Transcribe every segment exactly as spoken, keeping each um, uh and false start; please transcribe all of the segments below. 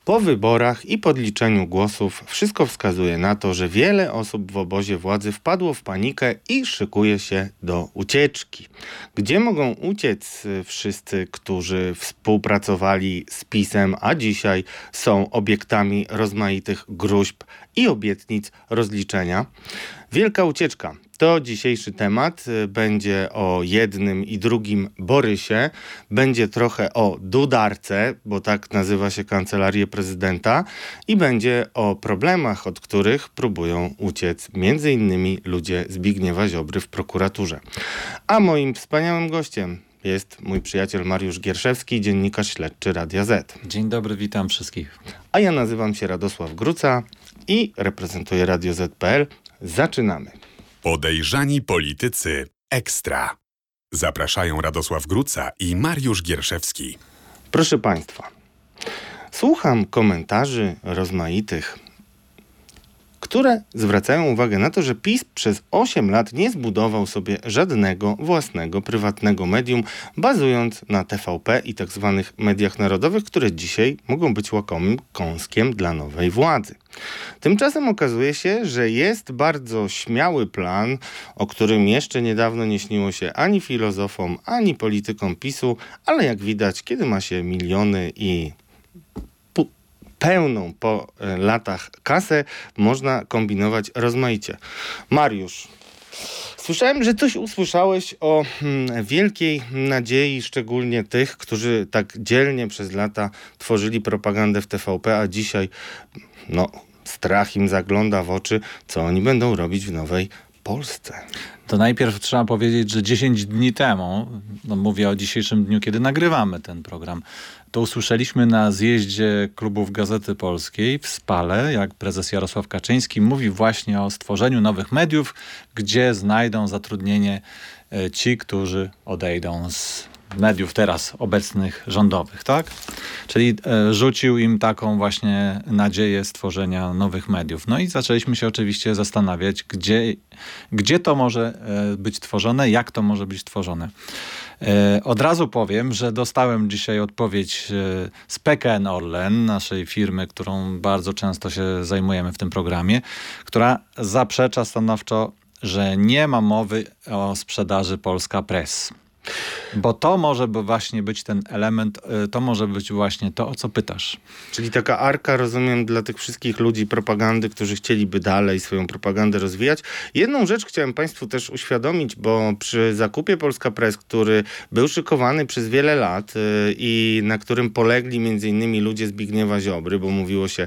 Po wyborach i podliczeniu głosów wszystko wskazuje na to, że wiele osób w obozie władzy wpadło w panikę i szykuje się do ucieczki. Gdzie mogą uciec wszyscy, którzy współpracowali z PiS-em, a dzisiaj są obiektami rozmaitych gróźb i obietnic rozliczenia? Wielka ucieczka. To dzisiejszy temat. Będzie o jednym i drugim Borysie. Będzie trochę o Dudarce, bo tak nazywa się kancelarię prezydenta. I będzie o problemach, od których próbują uciec między innymi ludzie Zbigniewa Ziobry w prokuraturze. A moim wspaniałym gościem jest mój przyjaciel Mariusz Gierszewski, dziennikarz śledczy Radia Z. Dzień dobry, witam wszystkich. A ja nazywam się Radosław Gruca i reprezentuję Radio Z kropka pe el. Zaczynamy. Podejrzani politycy ekstra. Zapraszają Radosław Gruca i Mariusz Gierszewski. Proszę Państwa, słucham komentarzy rozmaitych, które zwracają uwagę na to, że PiS przez osiem lat nie zbudował sobie żadnego własnego, prywatnego medium, bazując na T V P i tak zwanych mediach narodowych, które dzisiaj mogą być łakomym kąskiem dla nowej władzy. Tymczasem okazuje się, że jest bardzo śmiały plan, o którym jeszcze niedawno nie śniło się ani filozofom, ani politykom PiSu, ale jak widać, kiedy ma się miliony i pełną po latach kasę, można kombinować rozmaicie. Mariusz, słyszałem, że coś usłyszałeś o hmm, wielkiej nadziei, szczególnie tych, którzy tak dzielnie przez lata tworzyli propagandę w T V P, a dzisiaj no, strach im zagląda w oczy, co oni będą robić w nowej Polsce. To najpierw trzeba powiedzieć, że dziesięć dni temu, no mówię o dzisiejszym dniu, kiedy nagrywamy ten program, to usłyszeliśmy na zjeździe klubów Gazety Polskiej w Spale, jak prezes Jarosław Kaczyński mówi właśnie o stworzeniu nowych mediów, gdzie znajdą zatrudnienie ci, którzy odejdą z mediów teraz obecnych rządowych, tak? Czyli e, rzucił im taką właśnie nadzieję stworzenia nowych mediów. No i zaczęliśmy się oczywiście zastanawiać, gdzie, gdzie to może e, być tworzone, jak to może być tworzone. E, od razu powiem, że dostałem dzisiaj odpowiedź e, z P K N Orlen, naszej firmy, którą bardzo często się zajmujemy w tym programie, która zaprzecza stanowczo, że nie ma mowy o sprzedaży Polska Press. Bo to może by właśnie być ten element, to może być właśnie to, o co pytasz. Czyli taka arka, rozumiem, dla tych wszystkich ludzi propagandy, którzy chcieliby dalej swoją propagandę rozwijać. Jedną rzecz chciałem Państwu też uświadomić, bo przy zakupie Polska Press, który był szykowany przez wiele lat yy, i na którym polegli między innymi ludzie Zbigniewa Ziobry, bo mówiło się,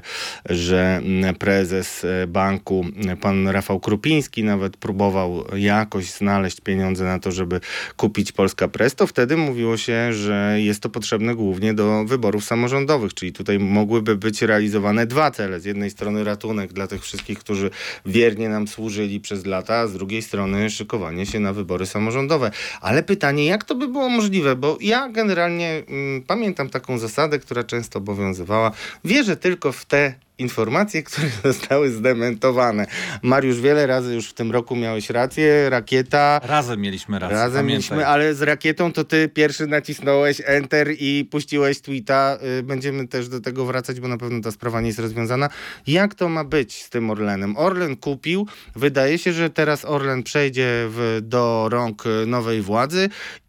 że prezes banku, pan Rafał Krupiński, nawet próbował jakoś znaleźć pieniądze na to, żeby kupić Polska Press, to wtedy mówiło się, że jest to potrzebne głównie do wyborów samorządowych, czyli tutaj mogłyby być realizowane dwa cele. Z jednej strony ratunek dla tych wszystkich, którzy wiernie nam służyli przez lata, a z drugiej strony szykowanie się na wybory samorządowe. Ale pytanie, jak to by było możliwe? Bo ja generalnie mm, pamiętam taką zasadę, która często obowiązywała. Wierzę tylko w te informacje, które zostały zdementowane. Mariusz, wiele razy już w tym roku miałeś rację, rakieta... Razem mieliśmy rację. Razem pamiętaj. mieliśmy, ale z rakietą to ty pierwszy nacisnąłeś enter i puściłeś tweeta. Będziemy też do tego wracać, bo na pewno ta sprawa nie jest rozwiązana. Jak to ma być z tym Orlenem? Orlen kupił. Wydaje się, że teraz Orlen przejdzie w, do rąk nowej władzy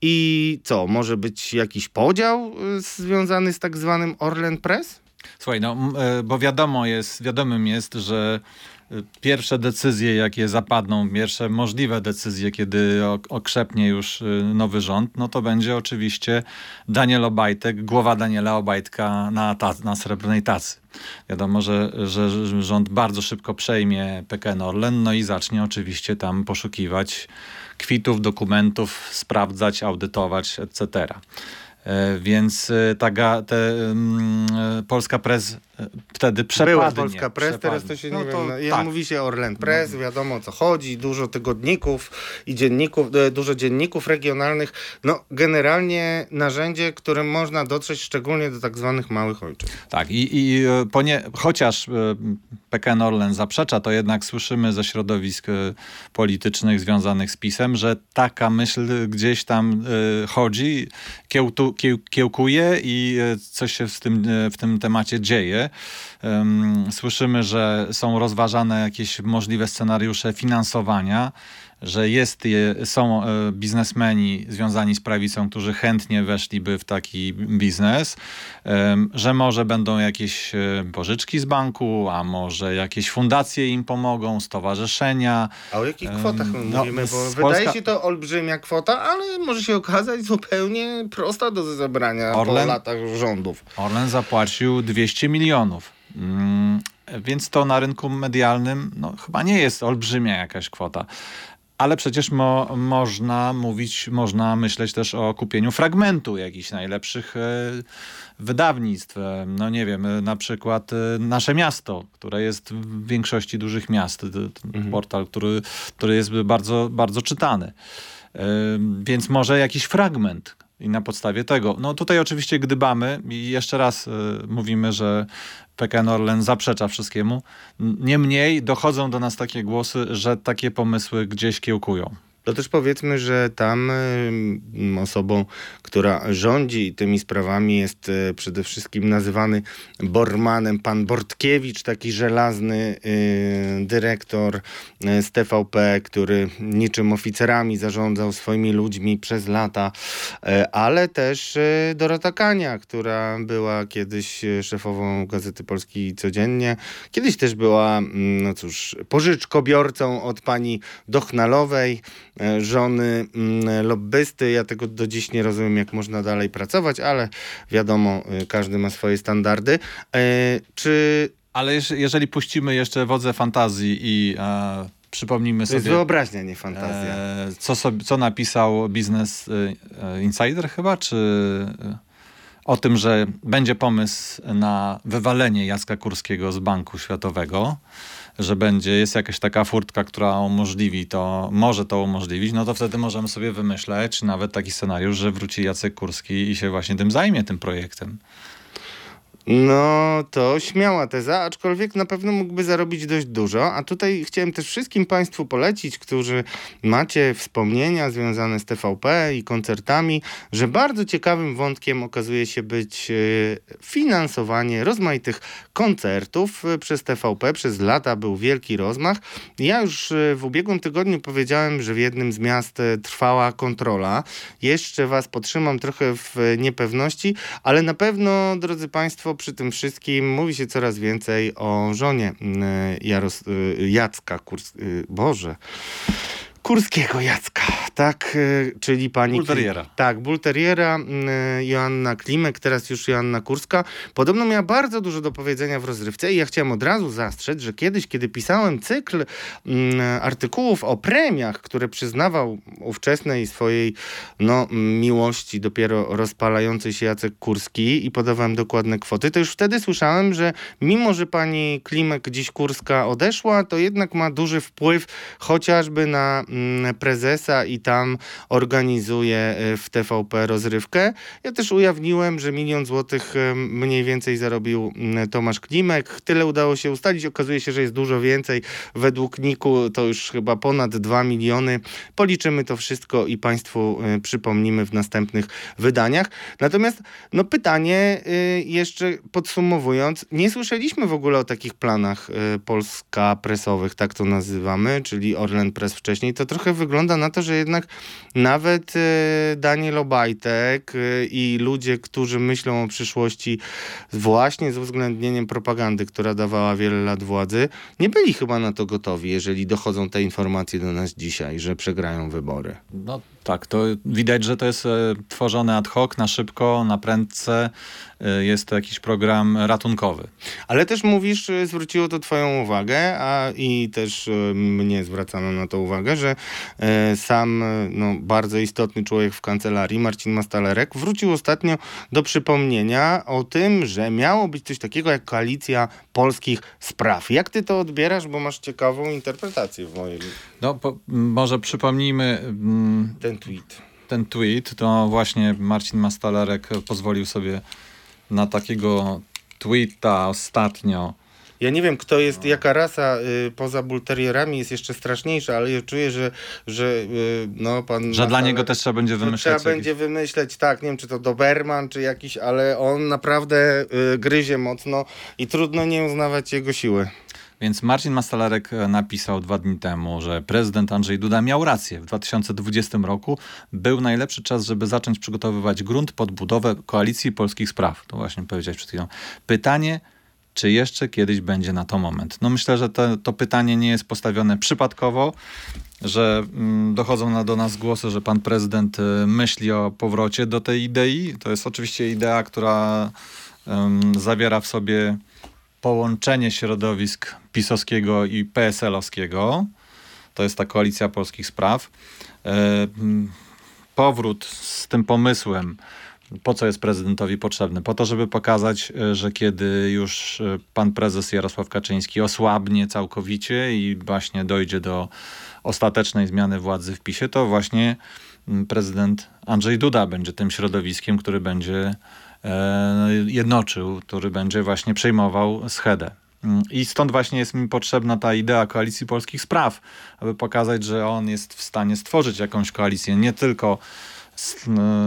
i co? Może być jakiś podział związany z tak zwanym Orlen Press? Słuchaj, no bo wiadomo jest, wiadomym jest, że pierwsze decyzje, jakie zapadną, pierwsze możliwe decyzje, kiedy okrzepnie już nowy rząd, no to będzie oczywiście Daniel Obajtek, głowa Daniela Obajtka na, ta, na srebrnej tacy. Wiadomo, że, że rząd bardzo szybko przejmie P K N Orlen, no i zacznie oczywiście tam poszukiwać kwitów, dokumentów, sprawdzać, audytować, et cetera. Więc ta, te, um, Polska Press wtedy przepadnie. Była Polska Press, przepadnie. teraz to się nie no wiem. to, No, tak. Mówi się Orlen Press, no. Wiadomo o co chodzi, dużo tygodników i dzienników, dużo dzienników regionalnych. No generalnie narzędzie, którym można dotrzeć szczególnie do tak zwanych małych ojczyzn. Tak i, i ponie, chociaż P K N Orlen zaprzecza, to jednak słyszymy ze środowisk politycznych związanych z PiS-em, że taka myśl gdzieś tam chodzi, kiełtu, kieł, kiełkuje i coś się w tym, w tym temacie dzieje. dzieje. Um, słyszymy, że są rozważane jakieś możliwe scenariusze finansowania, że jest, są biznesmeni związani z prawicą, którzy chętnie weszliby w taki biznes, że może będą jakieś pożyczki z banku, a może jakieś fundacje im pomogą, stowarzyszenia. A o jakich kwotach my no, mówimy? Bo Polska... wydaje się to olbrzymia kwota, ale może się okazać zupełnie prosta do zebrania Orlen... po latach rządów. Orlen zapłacił dwieście milionów. Mm, więc to na rynku medialnym no, chyba nie jest olbrzymia jakaś kwota. Ale przecież mo, można mówić, można myśleć też o kupieniu fragmentu jakichś najlepszych e, wydawnictw. E, no nie wiem, e, na przykład e, Nasze Miasto, które jest w większości dużych miast. To, to mhm. portal, który, który jest bardzo, bardzo czytany. E, więc może jakiś fragment. I na podstawie tego. No tutaj oczywiście gdybamy i jeszcze raz y, mówimy, że P K N Orlen zaprzecza wszystkiemu. Niemniej dochodzą do nas takie głosy, że takie pomysły gdzieś kiełkują. To też powiedzmy, że tam y, osobą, która rządzi tymi sprawami jest y, przede wszystkim nazywany Bormanem pan Bortkiewicz, taki żelazny y, dyrektor y, z T V P, który niczym oficerami zarządzał swoimi ludźmi przez lata, y, ale też y, Dorota Kania, która była kiedyś szefową Gazety Polskiej Codziennie. Kiedyś też była, no cóż, pożyczkobiorcą od pani Dochnalowej, żony lobbysty. Ja tego do dziś nie rozumiem, jak można dalej pracować, ale wiadomo, każdy ma swoje standardy. Czy... Ale jeżeli puścimy jeszcze wodze fantazji i e, przypomnimy to sobie... jest wyobraźnia, nie fantazja. E, co, sobie, co napisał Business Insider chyba, czy... o tym, że będzie pomysł na wywalenie Jacka Kurskiego z Banku Światowego, że będzie, jest jakaś taka furtka, która umożliwi to, może to umożliwić, no to wtedy możemy sobie wymyśleć nawet taki scenariusz, że wróci Jacek Kurski i się właśnie tym zajmie, tym projektem. No, to śmiała teza, aczkolwiek na pewno mógłby zarobić dość dużo, a tutaj chciałem też wszystkim Państwu polecić, którzy macie wspomnienia związane z T V P i koncertami, że bardzo ciekawym wątkiem okazuje się być finansowanie rozmaitych koncertów przez T V P. Przez lata był wielki rozmach. Ja już w ubiegłym tygodniu powiedziałem, że w jednym z miast trwała kontrola. Jeszcze Was podtrzymam trochę w niepewności, ale na pewno, drodzy Państwo, przy tym wszystkim mówi się coraz więcej o żonie Jaros, Jacka Kurs... Boże... Kurskiego Jacka, tak, czyli pani... Bulteriera. Tak, Bulteriera, Joanna Klimek, teraz już Joanna Kurska. Podobno miała bardzo dużo do powiedzenia w rozrywce i ja chciałem od razu zastrzec, że kiedyś, kiedy pisałem cykl mm, artykułów o premiach, które przyznawał ówczesnej swojej no, miłości dopiero rozpalającej się Jacek Kurski i podawałem dokładne kwoty, to już wtedy słyszałem, że mimo, że pani Klimek dziś Kurska odeszła, to jednak ma duży wpływ chociażby na prezesa i tam organizuje w T V P rozrywkę. Ja też ujawniłem, że milion złotych mniej więcej zarobił Tomasz Klimek. Tyle udało się ustalić. Okazuje się, że jest dużo więcej. Według Niku to już chyba ponad dwa miliony. Policzymy to wszystko i Państwu przypomnimy w następnych wydaniach. Natomiast no pytanie jeszcze podsumowując. Nie słyszeliśmy w ogóle o takich planach Polska Presowych, tak to nazywamy, czyli Orlen Press wcześniej. To trochę wygląda na to, że jednak nawet y, Daniel Obajtek y, i ludzie, którzy myślą o przyszłości właśnie z uwzględnieniem propagandy, która dawała wiele lat władzy, nie byli chyba na to gotowi, jeżeli dochodzą te informacje do nas dzisiaj, że przegrają wybory. No tak, to widać, że to jest e, tworzone ad hoc, na szybko, na prędce. E, jest to jakiś program ratunkowy. Ale też mówisz, zwróciło to twoją uwagę, a i też e, mnie zwracano na to uwagę, że e, sam no, bardzo istotny człowiek w kancelarii, Marcin Mastalerek, wrócił ostatnio do przypomnienia o tym, że miało być coś takiego jak koalicja polskich spraw. Jak ty to odbierasz, bo masz ciekawą interpretację w mojej... No, po, może przypomnijmy... Mm, ten tweet. Ten tweet, to właśnie Marcin Mastalerek pozwolił sobie na takiego tweeta ostatnio Ja nie wiem, kto jest, jaka rasa y, poza bulteriorami jest jeszcze straszniejsza, ale ja czuję, że, że y, no pan... Że dla Mastalerek- niego też trzeba będzie no, wymyśleć. trzeba jakieś- będzie wymyśleć, tak, nie wiem, czy to Doberman, czy jakiś, ale on naprawdę y, gryzie mocno i trudno nie uznawać jego siły. Więc Marcin Mastalerek napisał dwa dni temu, że prezydent Andrzej Duda miał rację. W dwa tysiące dwudziestym roku był najlepszy czas, żeby zacząć przygotowywać grunt pod budowę Koalicji Polskich Spraw. To właśnie powiedziałeś przed chwilą. Pytanie, czy jeszcze kiedyś będzie na to moment? No myślę, że to, to pytanie nie jest postawione przypadkowo, że mm, dochodzą na, do nas głosy, że pan prezydent y, myśli o powrocie do tej idei. To jest oczywiście idea, która ym, zawiera w sobie połączenie środowisk pisowskiego i P S L-owskiego. To jest ta Koalicja Polskich Spraw. Y, mm, powrót z tym pomysłem, po co jest prezydentowi potrzebny? Po to, żeby pokazać, że kiedy już pan prezes Jarosław Kaczyński osłabnie całkowicie i właśnie dojdzie do ostatecznej zmiany władzy w PiSie, to właśnie prezydent Andrzej Duda będzie tym środowiskiem, który będzie e, jednoczył, który będzie właśnie przejmował schedę. I stąd właśnie jest mi potrzebna ta idea Koalicji Polskich Spraw, aby pokazać, że on jest w stanie stworzyć jakąś koalicję, nie tylko z,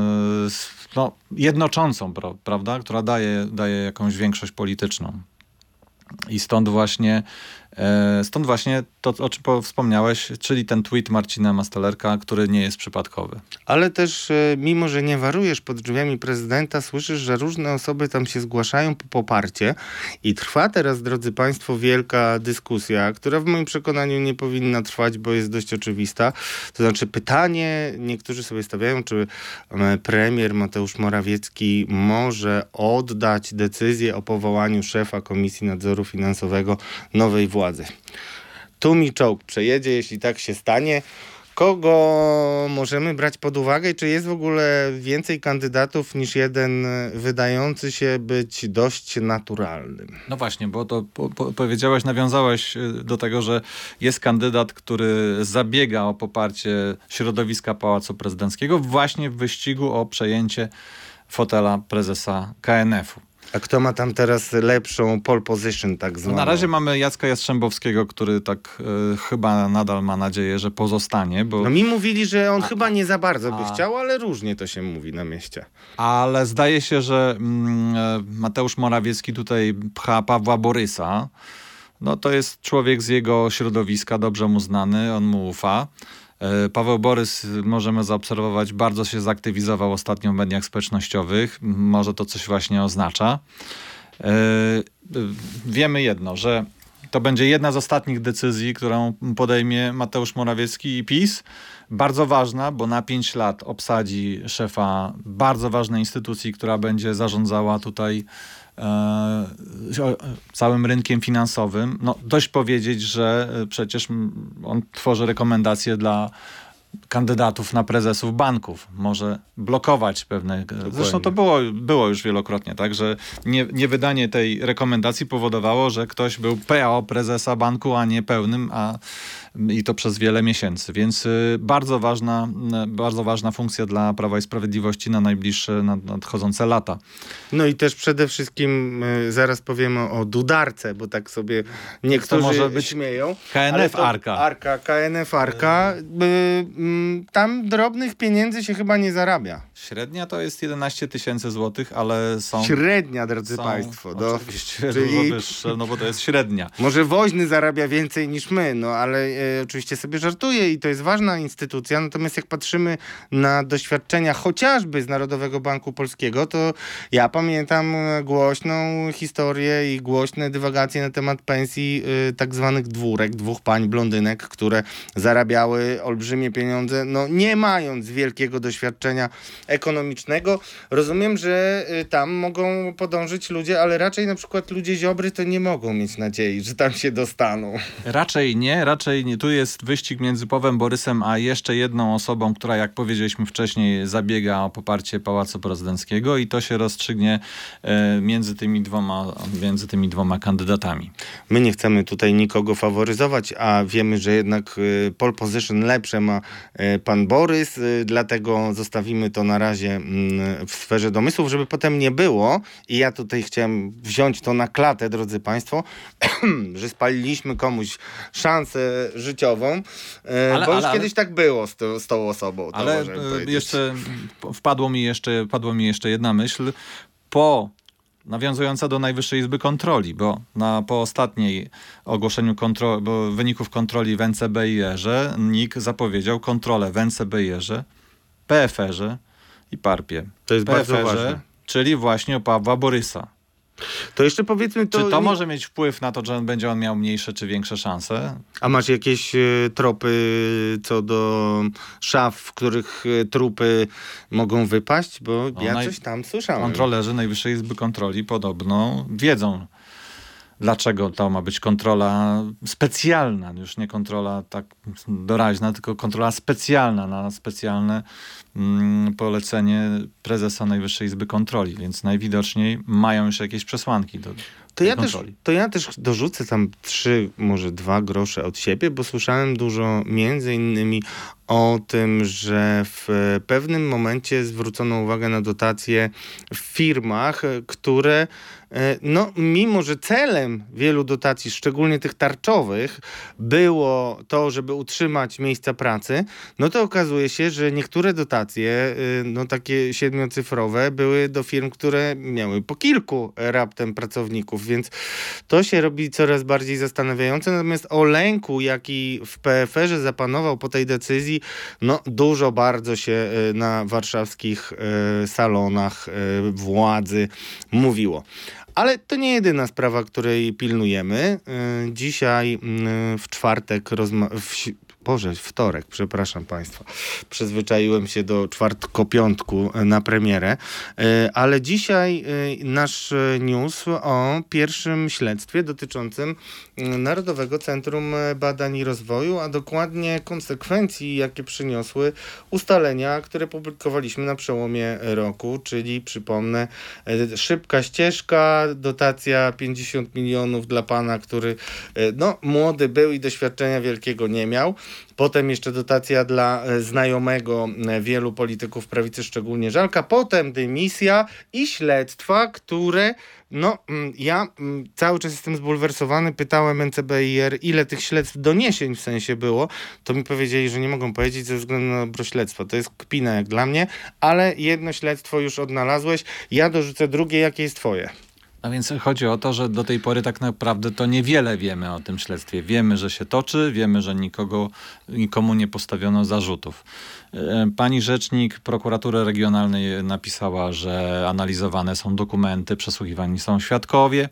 z, no, jednoczącą, pra, prawda, która daje, daje jakąś większość polityczną. I stąd właśnie, e, stąd właśnie to, o czym po- wspomniałeś, czyli ten tweet Marcina Mastalerka, który nie jest przypadkowy. Ale też, e, mimo że nie warujesz pod drzwiami prezydenta, słyszysz, że różne osoby tam się zgłaszają po poparcie i trwa teraz, drodzy państwo, wielka dyskusja, która w moim przekonaniu nie powinna trwać, bo jest dość oczywista. To znaczy pytanie, niektórzy sobie stawiają, czy e, premier Mateusz Morawiecki może oddać decyzję o powołaniu szefa Komisji Nadzoru Finansowego nowej władzy. Tu mi czołg przejedzie, jeśli tak się stanie. Kogo możemy brać pod uwagę? Czy jest w ogóle więcej kandydatów niż jeden wydający się być dość naturalnym? No właśnie, bo to po, po, powiedziałeś, nawiązałeś y, do tego, że jest kandydat, który zabiega o poparcie środowiska Pałacu Prezydenckiego właśnie w wyścigu o przejęcie fotela prezesa K N F-u. A kto ma tam teraz lepszą pole position tak No zwaną? na razie mamy Jacka Jastrzębowskiego, który tak y, chyba nadal ma nadzieję, że pozostanie, bo... No mi mówili, że on A- chyba nie za bardzo by a- chciał, ale różnie to się mówi na mieście. Ale zdaje się, że mm, e, Mateusz Morawiecki tutaj pcha Pawła Borysa. No to jest człowiek z jego środowiska, dobrze mu znany, on mu ufa. E, Paweł Borys, możemy zaobserwować, bardzo się zaktywizował ostatnio w mediach społecznościowych. Może to coś właśnie oznacza. E, e, Wiemy jedno, że to będzie jedna z ostatnich decyzji, którą podejmie Mateusz Morawiecki i PiS. Bardzo ważna, bo na pięć lat obsadzi szefa bardzo ważnej instytucji, która będzie zarządzała tutaj e, całym rynkiem finansowym. No, dość powiedzieć, że przecież on tworzy rekomendacje dla kandydatów na prezesów banków. Może blokować pewne... Zresztą to było, było już wielokrotnie, tak, że nie, niewydanie tej rekomendacji powodowało, że ktoś był P O prezesa banku, a nie pełnym, a i to przez wiele miesięcy. Więc y, bardzo ważna, y, bardzo ważna funkcja dla Prawa i Sprawiedliwości na najbliższe, nad, nadchodzące lata. No i też przede wszystkim y, zaraz powiemy o Dudarce, bo tak sobie niektórzy może być śmieją. K N F Ale to Arka. Arka, K N F Arka. Y, y, tam drobnych pieniędzy się chyba nie zarabia. Średnia to jest jedenaście tysięcy złotych, ale są... Średnia, drodzy są państwo. Do, oczywiście czyli- dużo wyższe, no bo to jest średnia. Może Woźny zarabia więcej niż my, no ale e, oczywiście sobie żartuję i to jest ważna instytucja, natomiast jak patrzymy na doświadczenia chociażby z Narodowego Banku Polskiego, to ja pamiętam e, głośną historię i głośne dywagacje na temat pensji e, tak zwanych dwórek, dwóch pań blondynek, które zarabiały olbrzymie pieniądze, no nie mając wielkiego doświadczenia ekonomicznego. Rozumiem, że e, tam mogą podążyć ludzie, ale raczej na przykład ludzie Ziobry to nie mogą mieć nadziei, że tam się dostaną. Raczej nie, raczej nie. Tu jest wyścig między Pawłem Borysem a jeszcze jedną osobą, która, jak powiedzieliśmy wcześniej, zabiega o poparcie Pałacu Prezydenckiego i to się rozstrzygnie e, między tymi dwoma, między tymi dwoma kandydatami. My nie chcemy tutaj nikogo faworyzować, a wiemy, że jednak y, pole position lepsze ma pan Borys, dlatego zostawimy to na razie w sferze domysłów, żeby potem nie było i ja tutaj chciałem wziąć to na klatę, drodzy państwo, że spaliliśmy komuś szansę życiową, ale, bo już ale, kiedyś ale... tak było z, to, z tą osobą. Ale jeszcze wpadło mi jeszcze, wpadło mi jeszcze jedna myśl, po nawiązująca do Najwyższej Izby Kontroli, bo na, po ostatniej ogłoszeniu kontro, bo wyników kontroli w N C B I R-ze N I K zapowiedział kontrolę w N C B I R-ze, P F R-ze i Parpie. To jest P F R-ze, bardzo ważne. Czyli właśnie o Pawła Borysa. To jeszcze powiedzmy... To... Czy to może mieć wpływ na to, że będzie on miał mniejsze czy większe szanse? A masz jakieś y, tropy co do szaf, w których y, trupy mogą wypaść? Bo no, ja naj... coś tam słyszałem. Kontrolerzy Najwyższej Izby Kontroli podobno wiedzą, dlaczego to ma być kontrola specjalna. Już nie kontrola tak doraźna, tylko kontrola specjalna na specjalne mm, polecenie prezesa Najwyższej Izby Kontroli. Więc najwidoczniej mają już jakieś przesłanki do to ja, też, kontroli. to ja też dorzucę tam trzy, może dwa grosze od siebie, bo słyszałem dużo między innymi o tym, że w pewnym momencie zwrócono uwagę na dotacje w firmach, które no, mimo że celem wielu dotacji, szczególnie tych tarczowych, było to, żeby utrzymać miejsca pracy, no to okazuje się, że niektóre dotacje, no takie siedmiocyfrowe, były do firm, które miały po kilku raptem pracowników, więc to się robi coraz bardziej zastanawiające. Natomiast o lęku, jaki w P F R-ze zapanował po tej decyzji, no dużo bardzo się na warszawskich salonach władzy mówiło. Ale to nie jedyna sprawa, której pilnujemy. Dzisiaj w czwartek rozma- w Boże, wtorek, przepraszam państwa. Przyzwyczaiłem się do czwartko-piątku na premierę, ale dzisiaj nasz news o pierwszym śledztwie dotyczącym Narodowego Centrum Badań i Rozwoju, a dokładnie konsekwencji, jakie przyniosły ustalenia, które publikowaliśmy na przełomie roku, czyli przypomnę, szybka ścieżka, dotacja pięćdziesiąt milionów dla pana, który no, młody był i doświadczenia wielkiego nie miał. Potem jeszcze dotacja dla znajomego wielu polityków prawicy, szczególnie Żalka. Potem dymisja i śledztwa, które, no ja cały czas jestem zbulwersowany. Pytałem N C B I R, ile tych śledztw, doniesień w sensie było. To mi powiedzieli, że nie mogą powiedzieć ze względu na dobro śledztwa. To jest kpina jak dla mnie, ale jedno śledztwo już odnalazłeś. Ja dorzucę drugie. Jakie jest twoje? A więc chodzi o to, że do tej pory tak naprawdę to niewiele wiemy o tym śledztwie. Wiemy, że się toczy, wiemy, że nikogo, nikomu nie postawiono zarzutów. Pani rzecznik prokuratury regionalnej napisała, że analizowane są dokumenty, przesłuchiwani są świadkowie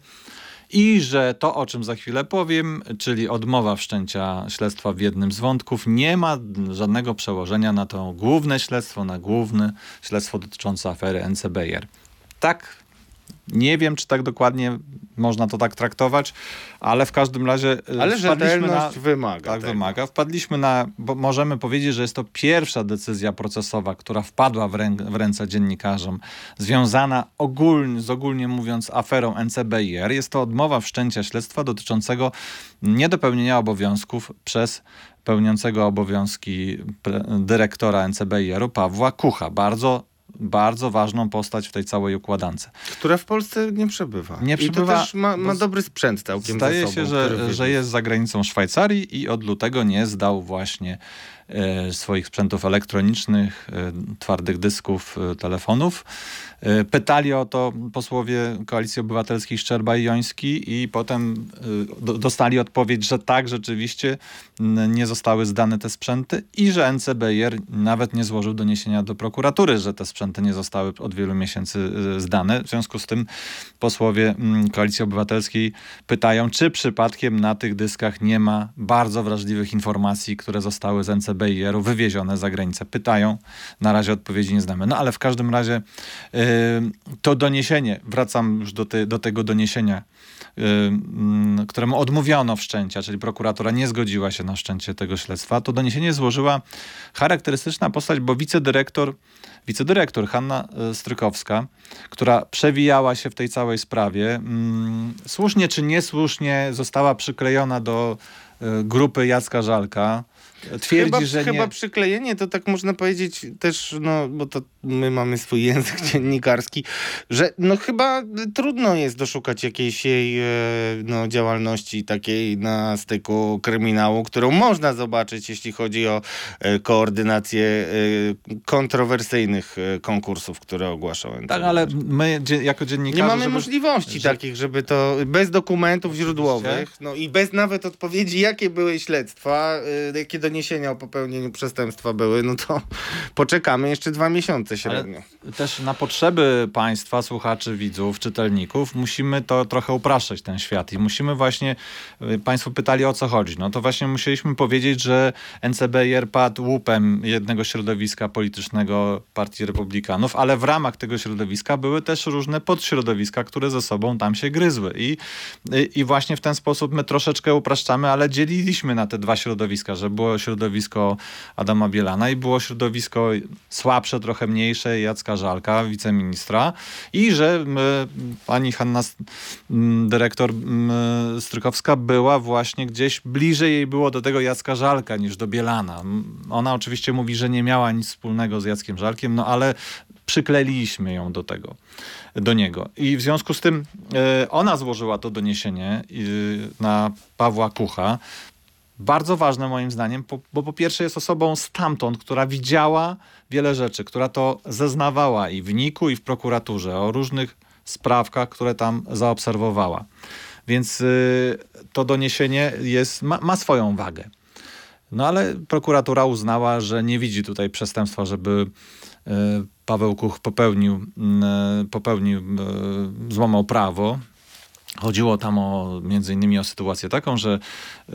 i że to, o czym za chwilę powiem, czyli odmowa wszczęcia śledztwa w jednym z wątków, nie ma żadnego przełożenia na to główne śledztwo, na główne śledztwo dotyczące afery N C B I R. Tak. Nie wiem, czy tak dokładnie można to tak traktować, ale w każdym razie... Ale rzetelność na, wymaga. Tak, tego. wymaga. Wpadliśmy na... Bo możemy powiedzieć, że jest to pierwsza decyzja procesowa, która wpadła w, rę, w ręce dziennikarzom, związana ogólnie, z ogólnie mówiąc aferą N C B I R. Jest to odmowa wszczęcia śledztwa dotyczącego niedopełnienia obowiązków przez pełniącego obowiązki dyrektora N C B I R-u Pawła Kucha. Bardzo bardzo ważną postać w tej całej układance. Która w Polsce nie przebywa. Nie przebywa. I to też ma, ma dobry sprzęt całkiem Zdaje ze sobą, się, że, że jest za granicą Szwajcarii i od lutego nie zdał właśnie e, swoich sprzętów elektronicznych, e, twardych dysków, e, telefonów. E, pytali o to posłowie Koalicji Obywatelskiej Szczerba i Joński i potem e, do, dostali odpowiedź, że tak, rzeczywiście n, nie zostały zdane te sprzęty i że N C B I R nawet nie złożył doniesienia do prokuratury, że te sprzęty nie zostały od wielu miesięcy e, zdane. W związku z tym posłowie m, Koalicji Obywatelskiej pytają, czy przypadkiem na tych dyskach nie ma bardzo wrażliwych informacji, które zostały z N C B I R-u wywiezione za granicę. Pytają, na razie odpowiedzi nie znamy. No ale w każdym razie yy, to doniesienie, wracam już do, te, do tego doniesienia, yy, yy, któremu odmówiono wszczęcia, czyli prokuratura nie zgodziła się na wszczęcie tego śledztwa, to doniesienie złożyła charakterystyczna postać, bo wicedyrektor Wicedyrektor Hanna Strykowska, która przewijała się w tej całej sprawie, mm, słusznie czy niesłusznie została przyklejona do y, grupy Jacka Żalka, twierdzi, chyba, że chyba nie... przyklejenie to tak można powiedzieć też, no bo to my mamy swój język dziennikarski, że no chyba trudno jest doszukać jakiejś jej e, no, działalności takiej na styku kryminału, którą można zobaczyć, jeśli chodzi o e, koordynację e, kontrowersyjnych e, konkursów, które ogłaszał N C B R. Tak, ale my dzie- jako dziennikarze... Nie mamy żeby... możliwości że- takich, żeby to bez dokumentów źródłowych, no i bez nawet odpowiedzi, jakie były śledztwa, y, jakie doniesienia o popełnieniu przestępstwa były, no to poczekamy jeszcze dwa miesiące średnio. Ale też na potrzeby państwa, słuchaczy, widzów, czytelników musimy to trochę upraszczać, ten świat. I musimy właśnie, y, państwo pytali, o co chodzi. No to właśnie musieliśmy powiedzieć, że N C B R padł łupem jednego środowiska politycznego Partii Republikanów, ale w ramach tego środowiska były też różne podśrodowiska, które ze sobą tam się gryzły. I, i, i właśnie w ten sposób my troszeczkę upraszczamy, ale dzieliliśmy na te dwa środowiska, że było środowisko Adama Bielana i było środowisko słabsze, trochę mniejsze Jacka Żalka, wiceministra, i że my, pani Hanna, m, dyrektor m, Strykowska była właśnie gdzieś bliżej jej było do tego Jacka Żalka niż do Bielana. Ona oczywiście mówi, że nie miała nic wspólnego z Jackiem Żalkiem, no ale przykleiliśmy ją do tego, do niego. I w związku z tym e, ona złożyła to doniesienie e, na Pawła Kucha. Bardzo ważne moim zdaniem, po, bo po pierwsze jest osobą stamtąd, która widziała wiele rzeczy, która to zeznawała i w N I K-u, i w prokuraturze o różnych sprawkach, które tam zaobserwowała. Więc y, to doniesienie jest, ma, ma swoją wagę. No ale prokuratura uznała, że nie widzi tutaj przestępstwa, żeby y, Paweł Kuch popełnił, y, popełnił y, złamał prawo. Chodziło tam o, między innymi o sytuację taką, że y,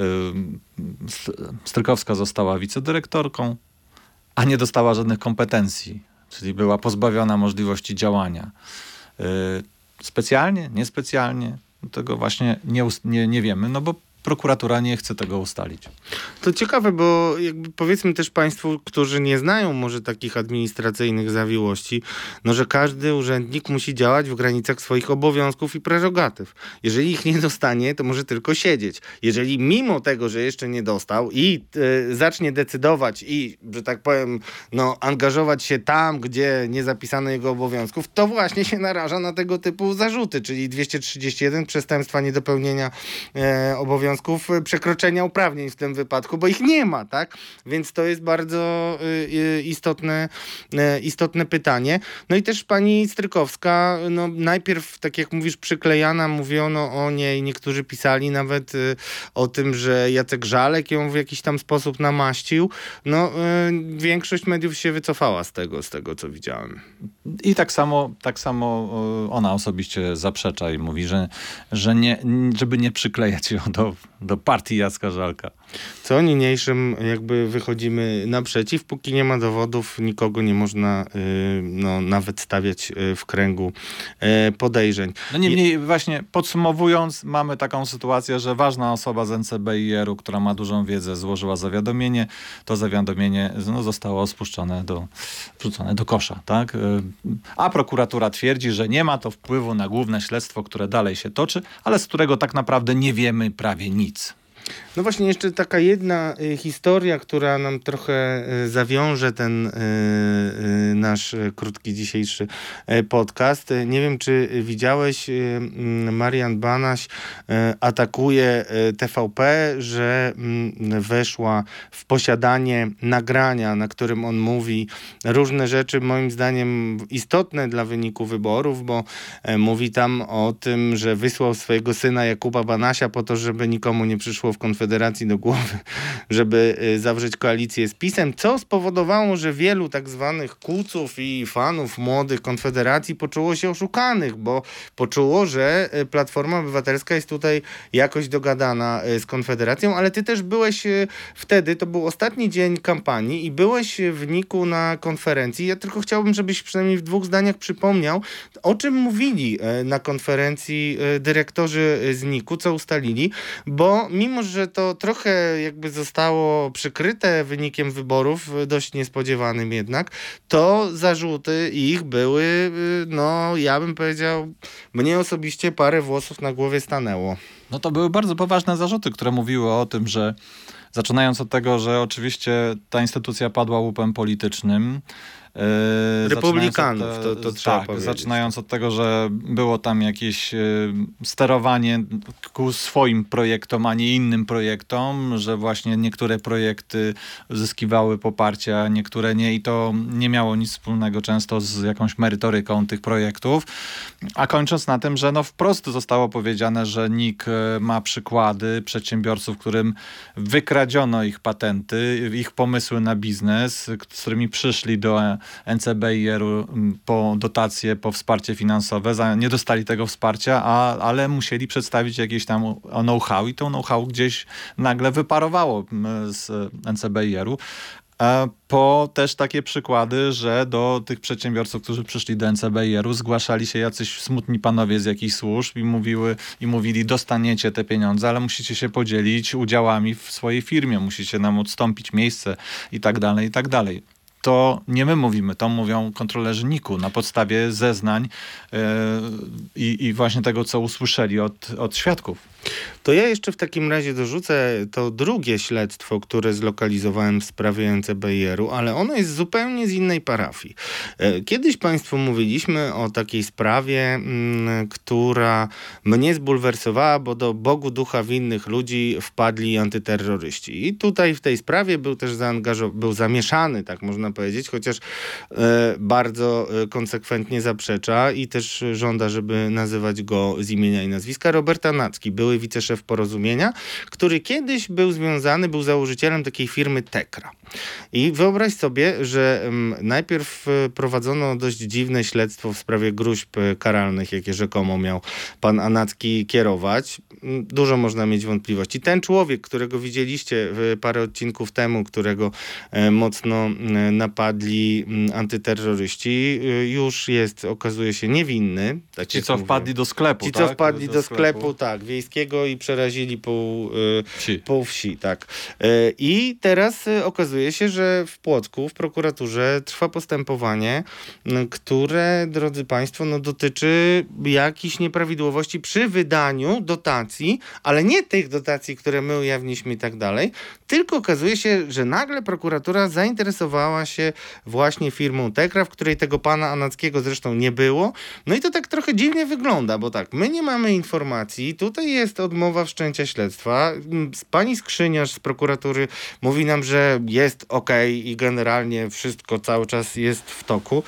Strykowska została wicedyrektorką, a nie dostała żadnych kompetencji, czyli była pozbawiona możliwości działania. Y, specjalnie, niespecjalnie, tego właśnie nie, nie, nie wiemy, no bo prokuratura nie chce tego ustalić. To ciekawe, bo jakby powiedzmy też państwu, którzy nie znają może takich administracyjnych zawiłości, no że każdy urzędnik musi działać w granicach swoich obowiązków i prerogatyw. Jeżeli ich nie dostanie, to może tylko siedzieć. Jeżeli mimo tego, że jeszcze nie dostał i y, zacznie decydować i, że tak powiem, no angażować się tam, gdzie nie zapisano jego obowiązków, to właśnie się naraża na tego typu zarzuty, czyli dwieście trzydzieści jeden przestępstwa niedopełnienia e, obowiązków, przekroczenia uprawnień w tym wypadku, bo ich nie ma, tak? Więc to jest bardzo y, istotne, y, istotne pytanie. No i też pani Strykowska, no najpierw, tak jak mówisz, przyklejana, mówiono o niej, niektórzy pisali nawet y, o tym, że Jacek Żalek ją w jakiś tam sposób namaścił. No y, większość mediów się wycofała z tego, z tego, co widziałem. I tak samo, tak samo ona osobiście zaprzecza i mówi, że, że nie, żeby nie przyklejać ją do, do partii Jacka Żalka. Co niniejszym jakby wychodzimy naprzeciw, póki nie ma dowodów, nikogo nie można y, no, nawet stawiać y, w kręgu y, podejrzeń. No niemniej właśnie podsumowując, mamy taką sytuację, że ważna osoba z N C B I R-u, która ma dużą wiedzę, złożyła zawiadomienie. To zawiadomienie no, zostało spuszczone do, wrzucone do kosza, tak? A prokuratura twierdzi, że nie ma to wpływu na główne śledztwo, które dalej się toczy, ale z którego tak naprawdę nie wiemy prawie nic. No właśnie jeszcze taka jedna y, historia, która nam trochę y, zawiąże ten y, y, nasz y, krótki dzisiejszy y, podcast. Y, nie wiem, czy widziałeś, y, y, Marian Banaś y, atakuje y, T V P, że y, weszła w posiadanie nagrania, na którym on mówi różne rzeczy, moim zdaniem istotne dla wyniku wyborów, bo y, mówi tam o tym, że wysłał swojego syna Jakuba Banasia po to, żeby nikomu nie przyszło w Konfederacji do głowy, żeby zawrzeć koalicję z PiS-em, co spowodowało, że wielu tak zwanych kuców i fanów młodych Konfederacji poczuło się oszukanych, bo poczuło, że Platforma Obywatelska jest tutaj jakoś dogadana z Konfederacją, ale ty też byłeś wtedy, to był ostatni dzień kampanii i byłeś w N I K-u na konferencji. Ja tylko chciałbym, żebyś przynajmniej w dwóch zdaniach przypomniał, o czym mówili na konferencji dyrektorzy z N I K-u, co ustalili, bo mimo, że to trochę jakby zostało przykryte wynikiem wyborów, dość niespodziewanym jednak, to zarzuty ich były, no ja bym powiedział, mnie osobiście parę włosów na głowie stanęło. No to były bardzo poważne zarzuty, które mówiły o tym, że Zaczynając od tego, że oczywiście ta instytucja padła łupem politycznym. Yy, Republikanów, zaczynając to- od, to trzeba tak, powiedzieć. zaczynając od tego, że było tam jakieś yy, sterowanie ku swoim projektom, a nie innym projektom, że właśnie niektóre projekty zyskiwały poparcie, a niektóre nie i to nie miało nic wspólnego często z jakąś merytoryką tych projektów. A kończąc na tym, że no wprost zostało powiedziane, że N I K ma przykłady przedsiębiorców, którym wykradziono ich patenty, ich pomysły na biznes, z którymi przyszli do N C B I R-u po dotacje, po wsparcie finansowe, za, nie dostali tego wsparcia, a, ale musieli przedstawić jakieś tam know-how i to know-how gdzieś nagle wyparowało z N C B I R-u. Po też takie przykłady, że do tych przedsiębiorców, którzy przyszli do N C B I R-u, zgłaszali się jacyś smutni panowie z jakichś służb i, mówiły, i mówili, dostaniecie te pieniądze, ale musicie się podzielić udziałami w swojej firmie, musicie nam odstąpić miejsce i tak dalej, i tak dalej. To nie my mówimy, to mówią kontrolerzy N I K-u na podstawie zeznań yy, i, i właśnie tego, co usłyszeli od, od świadków. To ja jeszcze w takim razie dorzucę to drugie śledztwo, które zlokalizowałem w sprawie N C B I R-u, ale ono jest zupełnie z innej parafii. Kiedyś Państwu mówiliśmy o takiej sprawie, m, która mnie zbulwersowała, bo do Bogu ducha winnych ludzi wpadli antyterroryści. I tutaj w tej sprawie był też zaangażowany, był zamieszany, tak można powiedzieć, chociaż e, bardzo konsekwentnie zaprzecza i też żąda, żeby nazywać go z imienia i nazwiska, Robert Anacki, były wiceszef Porozumienia, który kiedyś był związany, był założycielem takiej firmy Tekra. I wyobraź sobie, że um, najpierw prowadzono dość dziwne śledztwo w sprawie gruźb karalnych, jakie rzekomo miał pan Anacki kierować. Dużo można mieć wątpliwości. Ten człowiek, którego widzieliście parę odcinków temu, którego e, mocno e, napadli m, antyterroryści, e, już jest, okazuje się, niewinny. Tak Ci, jak co mówię. wpadli do sklepu, Ci, tak? co wpadli do, do sklepu, sklepu, tak, wiejskiego i przerazili pół y, wsi. pół wsi, tak. Y, I teraz y, okazuje się, że w Płocku, w prokuraturze trwa postępowanie, y, które, drodzy Państwo, no, dotyczy jakichś nieprawidłowości przy wydaniu dotacji, ale nie tych dotacji, które my ujawniliśmy i tak dalej, tylko okazuje się, że nagle prokuratura zainteresowała się właśnie firmą Tekra, w której tego pana Anackiego zresztą nie było. No i to tak trochę dziwnie wygląda, bo tak, my nie mamy informacji, tutaj jest odmowa wszczęcia śledztwa. Pani skrzyniarz z prokuratury mówi nam, że jest okej i generalnie wszystko cały czas jest w toku.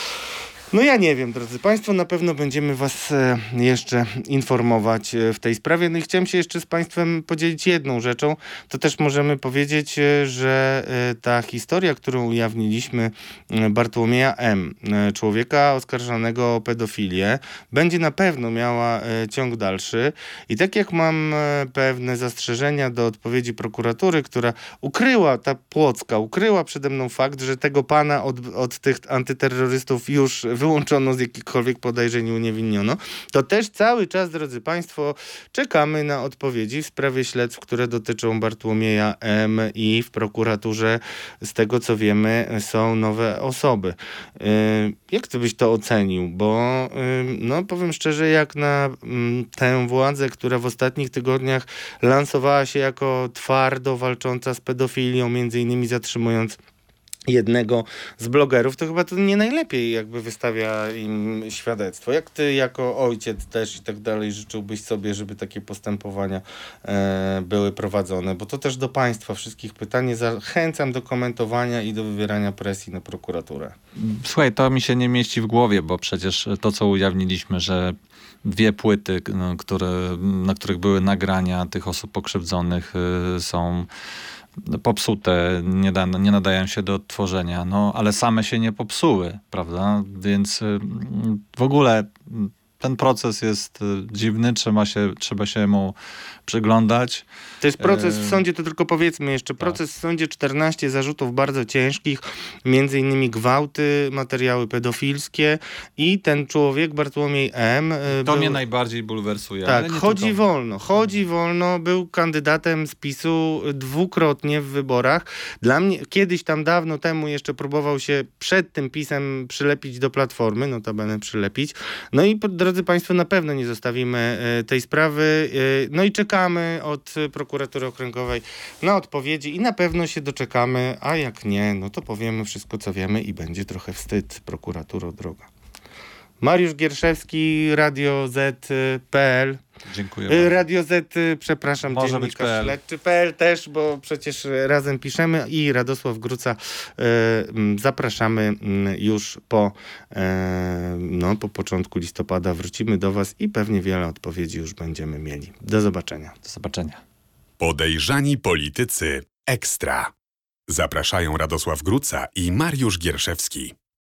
No ja nie wiem, drodzy Państwo, na pewno będziemy Was e, jeszcze informować e, w tej sprawie. No i chciałem się jeszcze z Państwem podzielić jedną rzeczą. To też możemy powiedzieć, e, że e, ta historia, którą ujawniliśmy e, Bartłomieja M., e, człowieka oskarżanego o pedofilię, będzie na pewno miała e, ciąg dalszy. I tak jak mam e, pewne zastrzeżenia do odpowiedzi prokuratury, która ukryła, ta Płocka, ukryła przede mną fakt, że tego pana od, od tych antyterrorystów już wyłączono z jakichkolwiek podejrzeń i uniewinniono, to też cały czas, drodzy Państwo, czekamy na odpowiedzi w sprawie śledztw, które dotyczą Bartłomieja M. i w prokuraturze, z tego co wiemy, są nowe osoby. Yy, jak ty byś to ocenił? Bo yy, no powiem szczerze, jak na yy, tę władzę, która w ostatnich tygodniach lansowała się jako twardo walcząca z pedofilią, między innymi zatrzymując jednego z blogerów, to chyba to nie najlepiej jakby wystawia im świadectwo. Jak ty jako ojciec też i tak dalej życzyłbyś sobie, żeby takie postępowania e, były prowadzone? Bo to też do Państwa wszystkich pytanie. Zachęcam do komentowania i do wywierania presji na prokuraturę. Słuchaj, to mi się nie mieści w głowie, bo przecież to, co ujawniliśmy, że dwie płyty, no, które, na których były nagrania tych osób pokrzywdzonych, y, są popsute, nie, da, nie nadają się do odtworzenia, no ale same się nie popsuły, prawda? Więc y, w ogóle ten proces jest dziwny, trzeba się, trzeba się mu przyglądać. To jest proces w sądzie, to tylko powiedzmy jeszcze, proces w sądzie, czternaście zarzutów bardzo ciężkich, między innymi gwałty, materiały pedofilskie i ten człowiek, Bartłomiej M. To był... mnie najbardziej bulwersuje. Tak, chodzi tylko... wolno, chodzi wolno, był kandydatem z PiSu dwukrotnie w wyborach. Dla mnie, kiedyś tam dawno temu jeszcze próbował się przed tym PiSem przylepić do Platformy, notabene przylepić. No i, drodzy drodzy Państwo, na pewno nie zostawimy e, tej sprawy. E, no i czekamy od prokuratury okręgowej na odpowiedzi i na pewno się doczekamy, a jak nie, no to powiemy wszystko, co wiemy i będzie trochę wstyd, prokuraturo droga. Mariusz Gierszewski, Radio Z kropka P L. Dziękuję Y, bardzo. Radio Z, y, przepraszam, Może być dziennikarz P L. śledczy. P L też, bo przecież y, razem piszemy i Radosław Gruca y, mm, zapraszamy mm, już po, e, no, po początku listopada. Wrócimy do was i pewnie wiele odpowiedzi już będziemy mieli. Do zobaczenia. Do zobaczenia. Podejrzani politycy ekstra. Zapraszają Radosław Gruca i Mariusz Gierszewski.